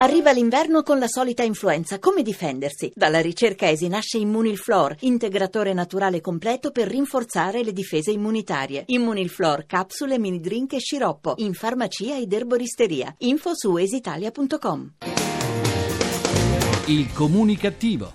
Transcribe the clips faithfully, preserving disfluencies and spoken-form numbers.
Arriva l'inverno con la solita influenza. Come difendersi? Dalla ricerca E S I nasce Immunilflor, integratore naturale completo per rinforzare le difese immunitarie. Immunilflor, capsule, mini drink e sciroppo. In farmacia ed erboristeria. Info su esitalia punto com. Il comunicativo.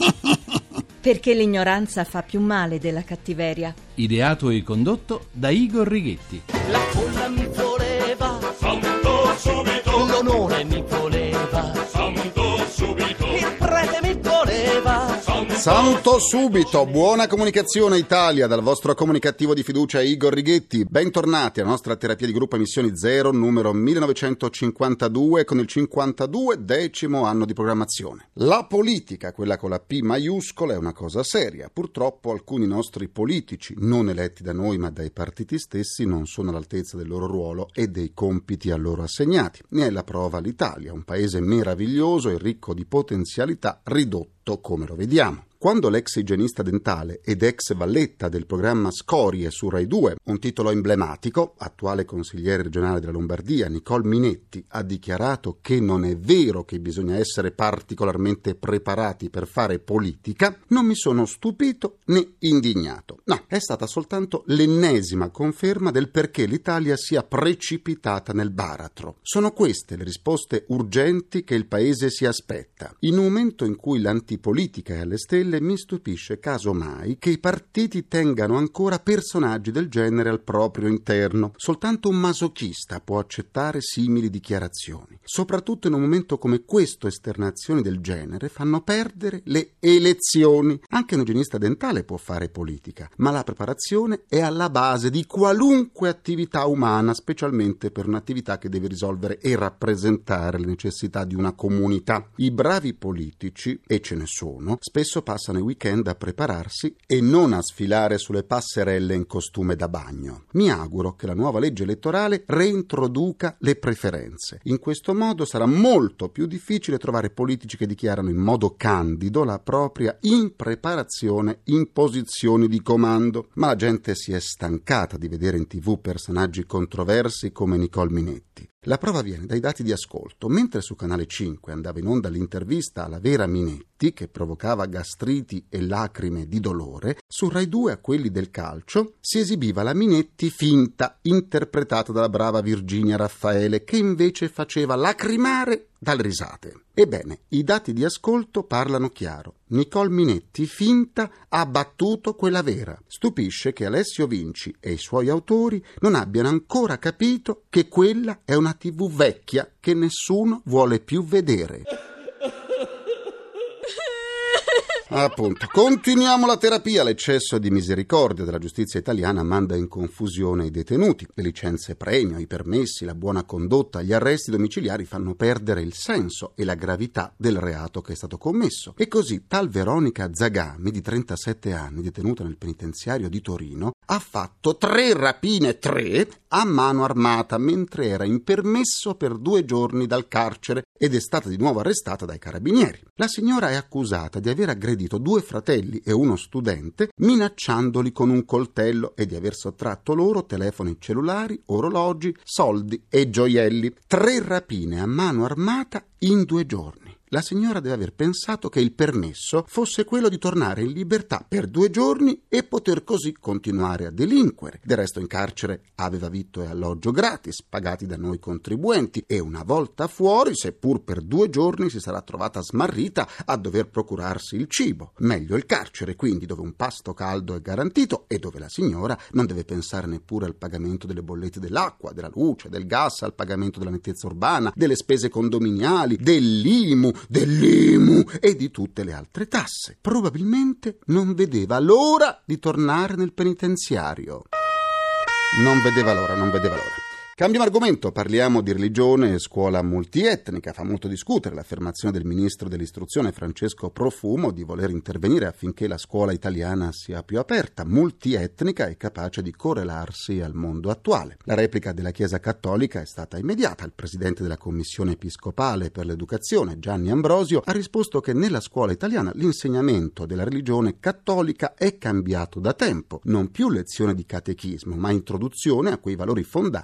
Perché l'ignoranza fa più male della cattiveria. Ideato e condotto da Igor Righetti. La folla mi voleva, santo subito. L'onore mi voleva, santo subito. Il prete mi voleva, santo, santo subito. Buona comunicazione Italia, dal vostro comunicativo di fiducia Igor Righetti. Bentornati alla nostra terapia di gruppo Emissioni Zero, numero millenovecentocinquantadue, con il cinquantadue decimo anno di programmazione. La politica, quella con la P maiuscola, è una cosa seria. Purtroppo alcuni nostri politici, non eletti da noi ma dai partiti stessi, non sono all'altezza del loro ruolo e dei compiti a loro assegnati. Ne è la prova l'Italia, un paese meraviglioso e ricco di potenzialità, ridotto come lo vediamo. Quando l'ex igienista dentale ed ex valletta del programma Scorie su Rai due, un titolo emblematico, attuale consigliere regionale della Lombardia, Nicole Minetti, ha dichiarato che non è vero che bisogna essere particolarmente preparati per fare politica, non mi sono stupito né indignato. No, è stata soltanto l'ennesima conferma del perché l'Italia sia precipitata nel baratro. Sono queste le risposte urgenti che il paese si aspetta. In un momento in cui l'antipolitica è alle stelle, mi stupisce casomai che i partiti tengano ancora personaggi del genere al proprio interno. Soltanto un masochista può accettare simili dichiarazioni. Soprattutto in un momento come questo, esternazioni del genere fanno perdere le elezioni. Anche un igienista dentale può fare politica, ma la preparazione è alla base di qualunque attività umana, specialmente per un'attività che deve risolvere e rappresentare le necessità di una comunità. I bravi politici, e ce ne sono, spesso passano i weekend a prepararsi e non a sfilare sulle passerelle in costume da bagno. Mi auguro che la nuova legge elettorale reintroduca le preferenze. In questo modo sarà molto più difficile trovare politici che dichiarano in modo candido la propria impreparazione in posizioni di comando. Ma la gente si è stancata di vedere in tv personaggi controversi come Nicole Minetti. La prova viene dai dati di ascolto. Mentre su Canale cinque andava in onda l'intervista alla vera Minetti, che provocava gastriti e lacrime di dolore, su Rai due, a quelli del calcio, si esibiva la Minetti finta, interpretata dalla brava Virginia Raffaele, che invece faceva lacrimare dalle risate. Ebbene, i dati di ascolto parlano chiaro. Nicole Minetti finta ha battuto quella vera. Stupisce che Alessio Vinci e i suoi autori non abbiano ancora capito che quella è una tivù vecchia che nessuno vuole più vedere. Appunto, continuiamo la terapia. L'eccesso di misericordia della giustizia italiana manda in confusione i detenuti. Le licenze premio, i permessi, la buona condotta, gli arresti domiciliari fanno perdere il senso e la gravità del reato che è stato commesso. E così tal Veronica Zagami, di trentasette anni, detenuta nel penitenziario di Torino, ha fatto tre rapine, tre, a mano armata, mentre era in permesso per due giorni dal carcere ed è stata di nuovo arrestata dai carabinieri. La signora è accusata di aver aggredito due fratelli e uno studente, minacciandoli con un coltello, e di aver sottratto loro telefoni cellulari, orologi, soldi e gioielli. Tre rapine a mano armata in due giorni. La signora deve aver pensato che il permesso fosse quello di tornare in libertà per due giorni e poter così continuare a delinquere. Del resto in carcere aveva vitto e alloggio gratis, pagati da noi contribuenti, e una volta fuori, seppur per due giorni, si sarà trovata smarrita a dover procurarsi il cibo. Meglio il carcere, quindi, dove un pasto caldo è garantito e dove la signora non deve pensare neppure al pagamento delle bollette dell'acqua, della luce, del gas, al pagamento della nettezza urbana, delle spese condominiali, dell'I M U, dell'I M U e di tutte le altre tasse. Probabilmente non vedeva l'ora di tornare nel penitenziario. Non vedeva l'ora, non vedeva l'ora. Cambiamo argomento, parliamo di religione e scuola multietnica. Fa molto discutere l'affermazione del ministro dell'istruzione Francesco Profumo di voler intervenire affinché la scuola italiana sia più aperta, multietnica e capace di correlarsi al mondo attuale. La replica della Chiesa Cattolica è stata immediata. Il presidente della Commissione Episcopale per l'Educazione, Gianni Ambrosio, ha risposto che nella scuola italiana l'insegnamento della religione cattolica è cambiato da tempo. Non più lezione di catechismo, ma introduzione a quei valori fondanti della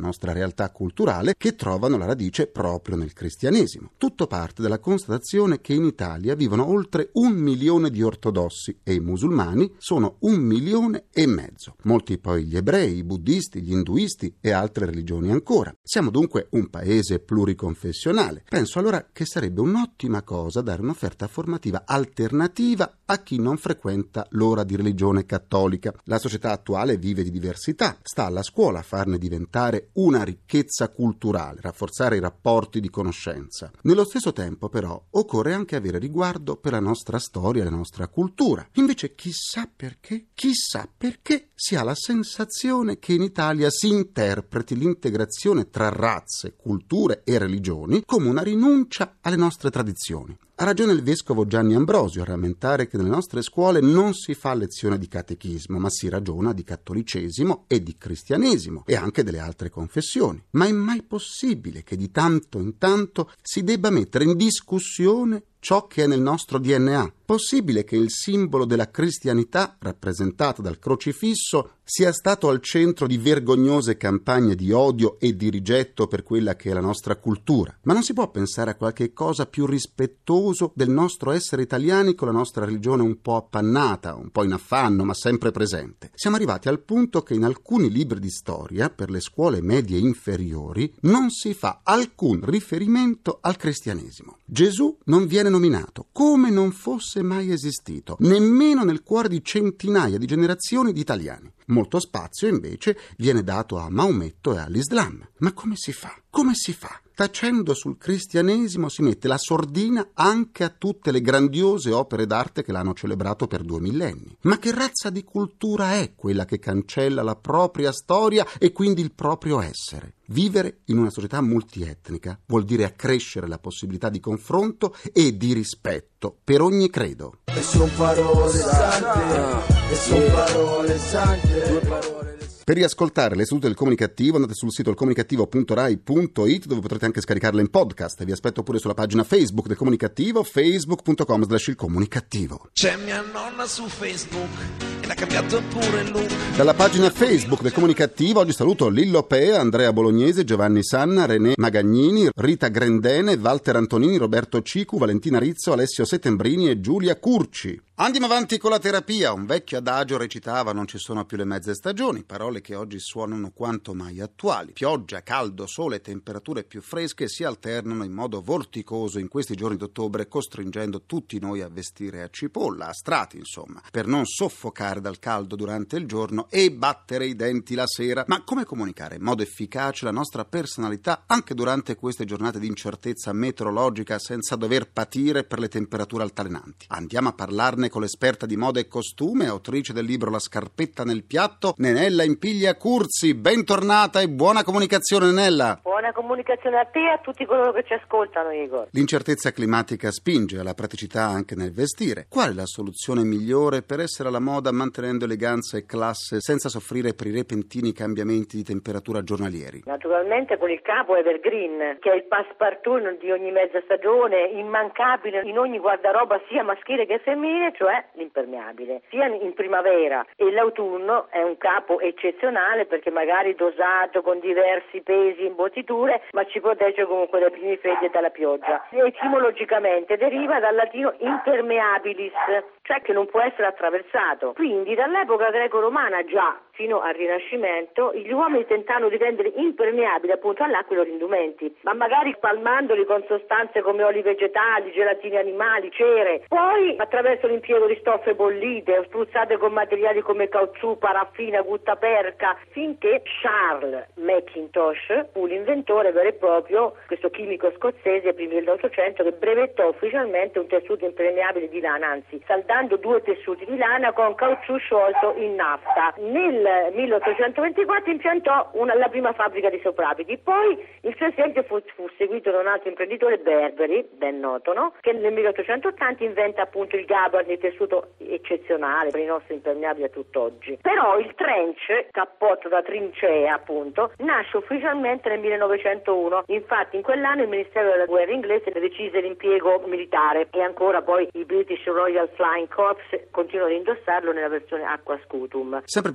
nostra realtà culturale, che trovano la radice proprio nel cristianesimo. Tutto parte dalla constatazione che in Italia vivono oltre un milione di ortodossi e i musulmani sono un milione e mezzo. Molti poi gli ebrei, i buddisti, gli induisti e altre religioni ancora. Siamo dunque un paese pluriconfessionale. Penso allora che sarebbe un'ottima cosa dare un'offerta formativa alternativa a chi non frequenta l'ora di religione cattolica. La società attuale vive di diversità. Sta alla scuola farne diventare una ricchezza culturale, rafforzare i rapporti di conoscenza. Nello stesso tempo, però, occorre anche avere riguardo per la nostra storia e la nostra cultura. Invece, chissà perché, chissà perché si ha la sensazione che in Italia si interpreti l'integrazione tra razze, culture e religioni come una rinuncia alle nostre tradizioni. Ha ragione il vescovo Gianni Ambrosio a rammentare che nelle nostre scuole non si fa lezione di catechismo, ma si ragiona di cattolicesimo e di cristianesimo e anche delle altre confessioni. Ma è mai possibile che di tanto in tanto si debba mettere in discussione ciò che è nel nostro D N A? Possibile che il simbolo della cristianità, rappresentato dal crocifisso, sia stato al centro di vergognose campagne di odio e di rigetto per quella che è la nostra cultura? Ma non si può pensare a qualche cosa più rispettoso del nostro essere italiani con la nostra religione un po' appannata, un po' in affanno, ma sempre presente? Siamo arrivati al punto che in alcuni libri di storia, per le scuole medie inferiori, non si fa alcun riferimento al cristianesimo. Gesù non viene nominato, come non fosse mai esistito, nemmeno nel cuore di centinaia di generazioni di italiani. Molto spazio, invece, viene dato a Maometto e all'Islam. Ma come si fa? Come si fa? Tacendo sul cristianesimo si mette la sordina anche a tutte le grandiose opere d'arte che l'hanno celebrato per due millenni. Ma che razza di cultura è quella che cancella la propria storia e quindi il proprio essere? Vivere in una società multietnica vuol dire accrescere la possibilità di confronto e di rispetto per ogni credo. E son parole sante, e son parole sante, due parole. Per riascoltare le sedute del Comunicativo andate sul sito ilcomunicativo punto rai punto it, dove potrete anche scaricarle in podcast. Vi aspetto pure sulla pagina Facebook del Comunicativo, facebook punto com slash il comunicativo. C'è mia nonna su Facebook e l'ha cambiato pure il look. Dalla pagina Facebook del Comunicativo oggi saluto Lillo Pea, Andrea Bolognese, Giovanni Sanna, René Magagnini, Rita Grendene, Walter Antonini, Roberto Cicu, Valentina Rizzo, Alessio Settembrini e Giulia Curci. Andiamo avanti con la terapia. Un vecchio adagio recitava: non ci sono più le mezze stagioni, parole che oggi suonano quanto mai attuali. Pioggia, caldo, sole e temperature più fresche si alternano in modo vorticoso in questi giorni d'ottobre, costringendo tutti noi a vestire a cipolla, a strati insomma, per non soffocare dal caldo durante il giorno e battere i denti la sera. Ma come comunicare in modo efficace la nostra personalità anche durante queste giornate di incertezza meteorologica senza dover patire per le temperature altalenanti? Andiamo a parlarne con l'esperta di moda e costume, autrice del libro La scarpetta nel piatto, Nenella Impiglia Curzi. Bentornata e buona comunicazione, Nenella. Buona comunicazione a te e a tutti coloro che ci ascoltano, Igor. L'incertezza climatica spinge alla praticità anche nel vestire. Qual è la soluzione migliore per essere alla moda mantenendo eleganza e classe senza soffrire per i repentini cambiamenti di temperatura giornalieri? Naturalmente con il capo evergreen, che è il passepartout di ogni mezza stagione, immancabile in ogni guardaroba sia maschile che femminile, cioè l'impermeabile. Sia in primavera e l'autunno è un capo eccezionale perché magari dosato con diversi pesi e imbottiture, ma ci protegge comunque dai primi freddi e dalla pioggia. Etimologicamente deriva dal latino impermeabilis, cioè che non può essere attraversato. Quindi dall'epoca greco-romana già fino al Rinascimento gli uomini tentavano di rendere impermeabili appunto all'acqua i loro indumenti, ma magari spalmandoli con sostanze come oli vegetali, gelatine animali, cere. Poi attraverso l'impiego di stoffe bollite o spruzzate con materiali come caucciù, paraffina, guttaperca, finché Charles Mackintosh fu l'inventore vero e proprio, questo chimico scozzese, primi dell'Ottocento, che brevettò ufficialmente un tessuto impermeabile di lana, anzi saldando due tessuti di lana con caucciù sciolto in nafta. Nel milleottocentoventiquattro impiantò una, la prima fabbrica di soprabiti. Poi il suo esempio fu, fu seguito da un altro imprenditore, Burberry, ben noto, no? Che nel milleottocentottanta inventa appunto il gabard, il tessuto eccezionale per i nostri impermeabili a tutt'oggi. Però il trench, cappotto da trincea appunto, nasce ufficialmente nel millenovecentouno. Infatti in quell'anno il Ministero della Guerra inglese decise l'impiego militare e ancora poi i British Royal Flying Corps continuano ad indossarlo nella versione Aqua Scutum. Sempre più spesso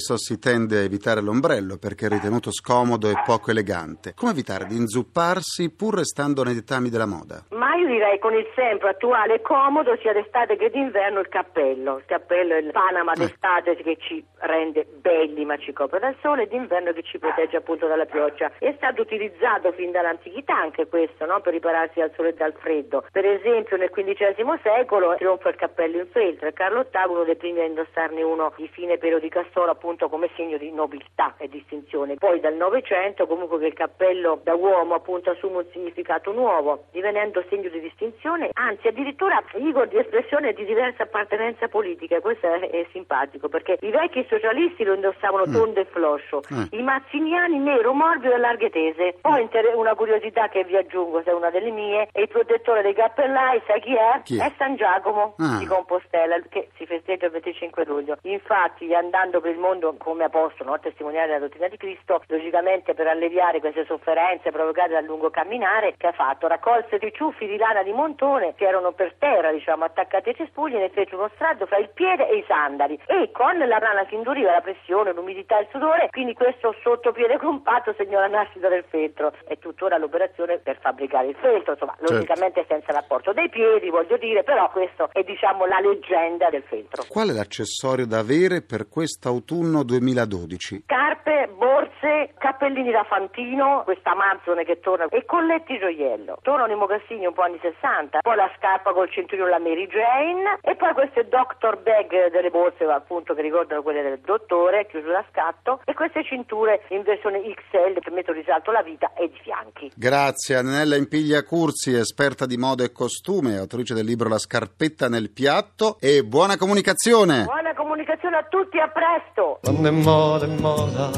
spesso si tende a evitare l'ombrello perché è ritenuto scomodo e poco elegante. Come evitare di inzupparsi pur restando nei dettami della moda? Ma io direi con il sempre attuale e comodo, sia d'estate che d'inverno, il cappello. Il cappello è il Panama d'estate che ci rende belli ma ci copre dal sole, e d'inverno che ci protegge appunto dalla pioggia. È stato utilizzato fin dall'antichità anche questo, no? Per ripararsi dal sole e dal freddo. Per esempio nel quindicesimo secolo trionfa il cappello in feltre, e Carlo ottavo uno dei primi a indossarne uno di fine pelo di castoro appunto come segno di nobiltà e distinzione. Poi dal Novecento comunque che il cappello da uomo appunto assume un significato nuovo, divenendo segno di distinzione, anzi addirittura Igor di espressione di diversa appartenenza politica. Questo è, è simpatico perché i vecchi socialisti lo indossavano Mm. tondo e floscio, Mm. i mazziniani nero, morbido e larghe tese. Poi inter- una curiosità che vi aggiungo, se è una delle mie, è il protettore dei cappellai, sai chi è? Chi è? È San Giacomo Ah. di Compostela, che si festeggia il venticinque luglio. Infatti, andando per il mondo come apostolo, a testimoniare la dottrina di Cristo, logicamente per alleviare queste sofferenze provocate dal lungo camminare, che ha fatto? Raccolse i ciuffi di lana di montone che erano per terra, diciamo, attaccati ai cespugli, e ne fece uno strato fra il piede e i sandali, e con la lana si induriva la pressione, l'umidità e il sudore, quindi questo sottopiede compatto segnò la nascita del feltro. È tuttora l'operazione per fabbricare il feltro, insomma, Certo. logicamente senza l'apporto dei piedi, voglio dire, però questo è, diciamo, la leggenda del feltro. Qual è l'accessorio da avere per quest'autunno duemiladodici? Scarpe, borse, cappellini da fantino, questa Amazzone che torna, e colletti gioiello. Tornano i mocassini un po' anni sessanta, poi la scarpa col cinturino la Mary Jane, e poi queste doctor bag delle borse appunto che ricordano quelle del dottore, chiusura a scatto, e queste cinture in versione X L che mettono in risalto la vita e i fianchi. Grazie a Nella Impiglia Curzi, esperta di moda e costume, autrice del libro La scarpetta nel piatto, e buona comunicazione! Buona comunicazione a tutti, a presto! Quando è moda è moda,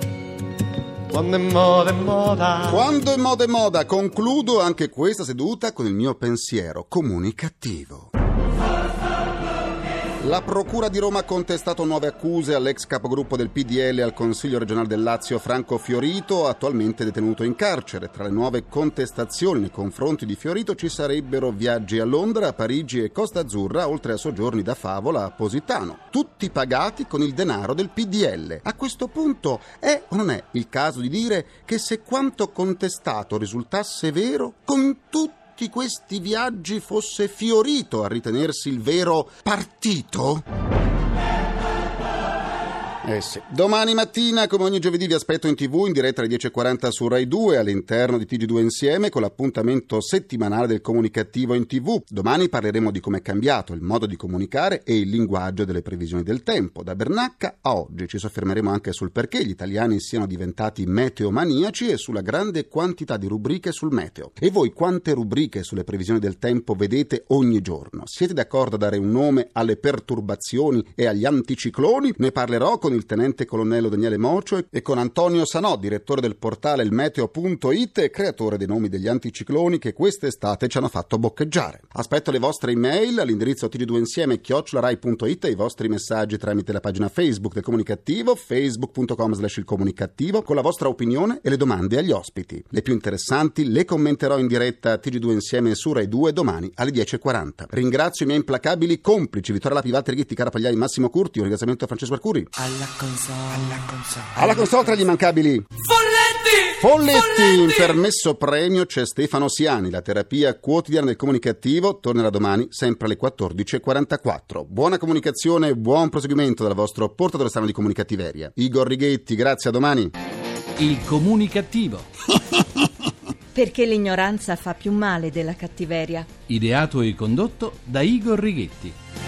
quando è moda è moda. Quando è moda è moda, concludo anche questa seduta con il mio pensiero comunicativo. La Procura di Roma ha contestato nuove accuse all'ex capogruppo del P D L al Consiglio regionale del Lazio Franco Fiorito, attualmente detenuto in carcere. Tra le nuove contestazioni nei confronti di Fiorito ci sarebbero viaggi a Londra, a Parigi e Costa Azzurra, oltre a soggiorni da Favola a Positano, tutti pagati con il denaro del P D L. A questo punto è o non è il caso di dire che se quanto contestato risultasse vero, con tutti tutti questi viaggi fosse Fiorito a ritenersi il vero partito? Eh sì. Domani mattina, come ogni giovedì, vi aspetto in tv in diretta alle dieci e quaranta su Rai due all'interno di T G due Insieme con l'appuntamento settimanale del comunicativo in tv. Domani parleremo di come è cambiato il modo di comunicare e il linguaggio delle previsioni del tempo. Da Bernacca a oggi ci soffermeremo anche sul perché gli italiani siano diventati meteomaniaci e sulla grande quantità di rubriche sul meteo. E voi quante rubriche sulle previsioni del tempo vedete ogni giorno? Siete d'accordo a dare un nome alle perturbazioni e agli anticicloni? Ne parlerò con il tenente colonnello Daniele Mocio e con Antonio Sanò, direttore del portale ilmeteo punto it e creatore dei nomi degli anticicloni che quest'estate ci hanno fatto boccheggiare. Aspetto le vostre email all'indirizzo T G due Insieme chiocciola rai punto it e i vostri messaggi tramite la pagina Facebook del Comunicativo, facebook punto com slash il comunicativo, con la vostra opinione e le domande agli ospiti. Le più interessanti le commenterò in diretta a T G due Insieme su Rai due domani alle dieci e quaranta. Ringrazio i miei implacabili complici Vittoria Lapi, Valtteri Ghitti, Cara Pagliai, Massimo Curti. Un ringraziamento a Francesco Arcuri. Alla console, alla console. Alla console tra gli immancabili Folletti! Folletti! In permesso premio c'è Stefano Siani. La terapia quotidiana del comunicativo tornerà domani sempre alle quattordici e quarantaquattro. Buona comunicazione e buon proseguimento dal vostro portatore strano di comunicativeria Igor Righetti. Grazie, a domani. Il comunicativo, Perché l'ignoranza fa più male della cattiveria. ideato e condotto da Igor Righetti.